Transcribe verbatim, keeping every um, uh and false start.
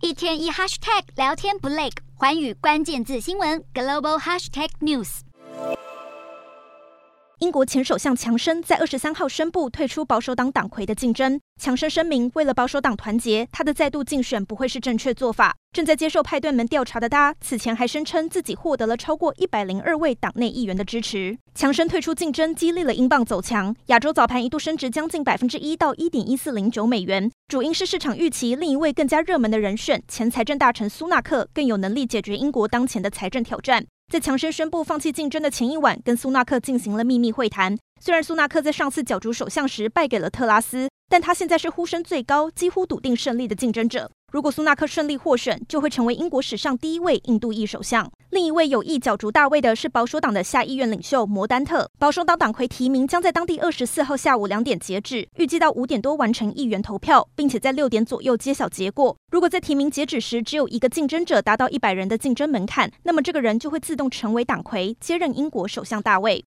一天一 hashtag 聊天不累，寰宇关键字新闻 global hashtag news。 英国前首相强生在二十三号宣布退出保守党党魁的竞争。强生声明，为了保守党团结，他的再度竞选不会是正确做法。正在接受派对门调查的他，此前还声称自己获得了超过一百零二位党内议员的支持。强生退出竞争，激励了英镑走强。亚洲早盘一度升值将近百分之一到一点一四零九美元，主因是市场预期另一位更加热门的人选前财政大臣苏纳克更有能力解决英国当前的财政挑战。在强生宣布放弃竞争的前一晚，跟苏纳克进行了秘密会谈。虽然苏纳克在上次角逐首相时败给了特拉斯，但他现在是呼声最高、几乎笃定胜利的竞争者。如果苏纳克顺利获选，就会成为英国史上第一位印度裔首相。另一位有意角逐大位的是保守党的下议院领袖摩丹特。保守党党魁提名将在当地二十四号下午两点截止，预计到五点多完成议员投票，并且在六点左右揭晓结果。如果在提名截止时只有一个竞争者达到一百人的竞争门槛，那么这个人就会自动成为党魁，接任英国首相大位。